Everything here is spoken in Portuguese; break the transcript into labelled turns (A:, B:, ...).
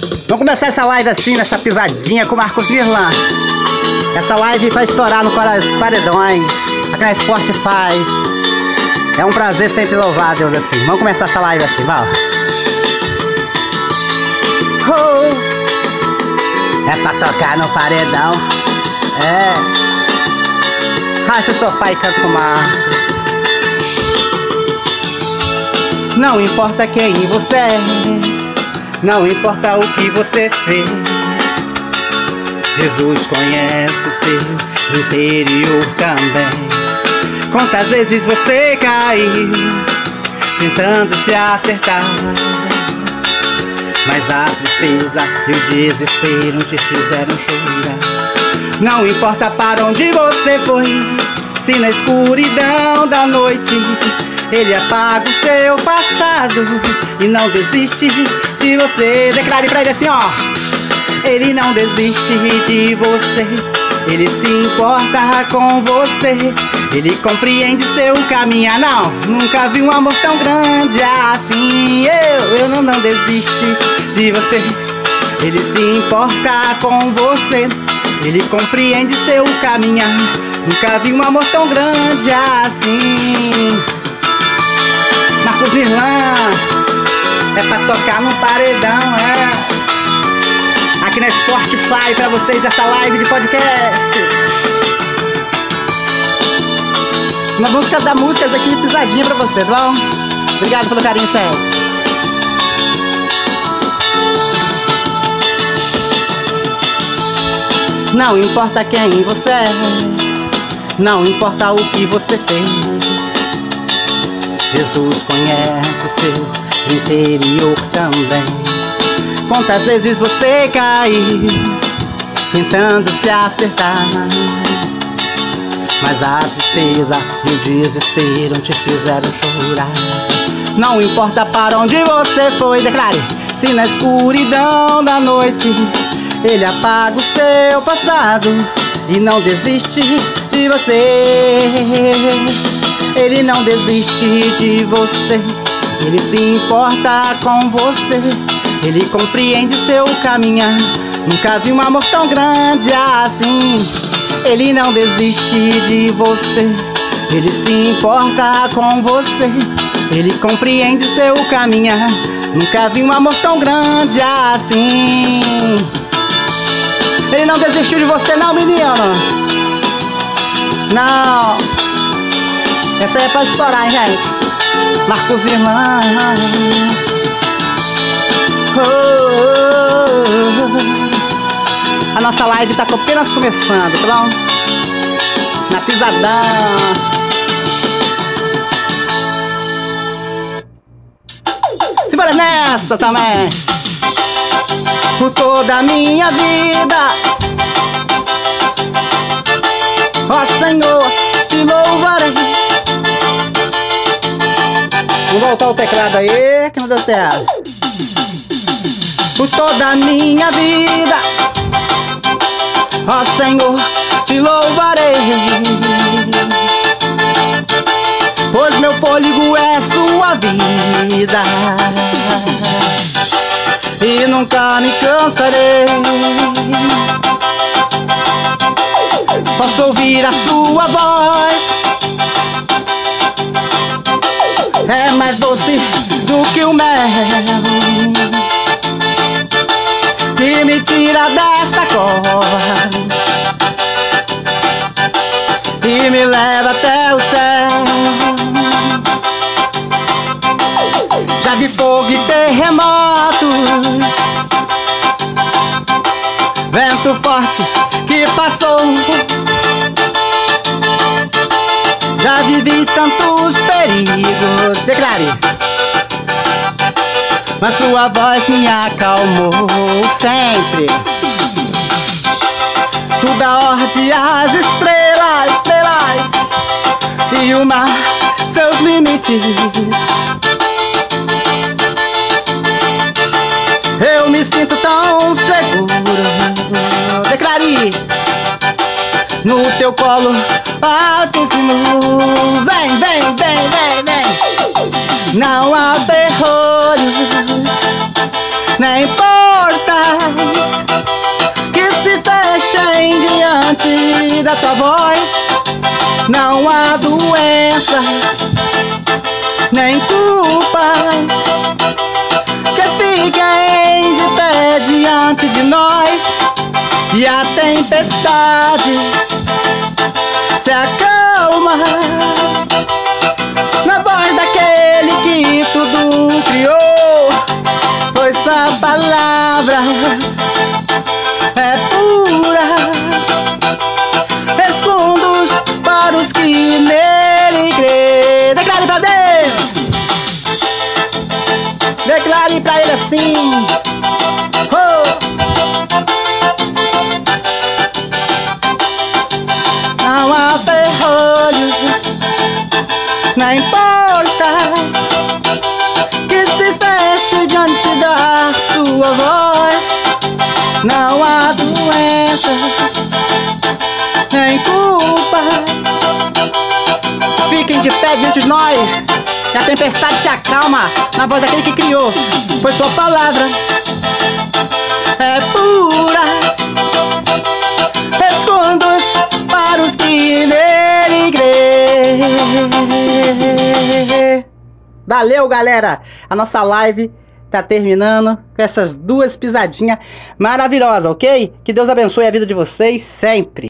A: Vamos começar essa live assim, nessa pisadinha com o Marcos Nirlan. Essa live vai estourar no paredões, aqui na Spotify. É um prazer sempre louvável assim. Vamos começar essa live assim, vamos. É pra tocar no paredão. É. Racha o sofá e canta com o Marcos. Não importa quem você é, não importa o que você fez, Jesus conhece seu interior também. Quantas vezes você caiu tentando se acertar, mas a tristeza e o desespero te fizeram chorar. Não importa para onde você foi, se na escuridão da noite Ele apaga o seu passado e não desiste de você. Declare pra ele assim, ó. Ele não desiste de você, ele se importa com você, ele compreende seu caminhar. Não, nunca vi um amor tão grande assim. Eu não desisti de você, ele se importa com você, ele compreende seu caminhar. Nunca vi um amor tão grande assim. Marcos Nirlan, é pra tocar no paredão, é. Aqui na Spotify pra vocês essa live de podcast. Nós vamos cantar músicas aqui pisadinha pra você, tá bom? Obrigado pelo carinho, sério. Não importa quem você é, não importa o que você fez, Jesus conhece seu interior também. Quantas vezes você caiu tentando se acertar, mas a tristeza e o desespero te fizeram chorar. Não importa para onde você foi, declare. Se na escuridão da noite Ele apaga o seu passado e não desiste de você. Ele não desiste de você, ele se importa com você, ele compreende seu caminhar. Nunca vi um amor tão grande assim. Ele não desiste de você, ele se importa com você, ele compreende seu caminhar. Nunca vi um amor tão grande assim. Ele não desistiu de você não, menino. Não. Essa aí é pra estourar, hein, gente. Marcos Nirlan. A nossa live tá apenas começando, tá bom? Na pisadão. Simbora nessa também. Por toda a minha vida, ó Senhor, te louvarei. Vamos voltar o teclado aí, que não deu certo. Por toda a minha vida, ó Senhor, te louvarei, pois meu fôlego é sua vida e nunca me cansarei. Posso ouvir a sua voz, é mais doce do que o mel, que me tira desta cova e me leva até o céu. Já vi fogo e terremotos, vento forte que passou. Já vivi tantos perigos, declare, mas sua voz me acalmou sempre. Tu dá ordem às estrelas, estrelas, e o mar, seus limites. Eu me sinto tão seguro, declare, no teu colo altíssimo. Vem, vem, vem, vem, vem. Não há terrores nem portas que se fechem diante da tua voz. Não há doenças, nem culpas que fiquem de pé diante de nós. E a tempestade se acalma na voz daquele que tudo criou, pois a palavra é pura, escondos para os que nele crê. Declare pra Deus, declare pra ele assim. Não há ferrolhos, nem portas que se feche diante da sua voz. Não há doenças, nem culpas fiquem de pé diante de nós. E a tempestade se acalma na voz daquele que criou, pois sua palavra é pura, escondos para os que nele crê. Valeu, galera! A nossa live tá terminando com essas duas pisadinhas maravilhosas, ok? Que Deus abençoe a vida de vocês sempre!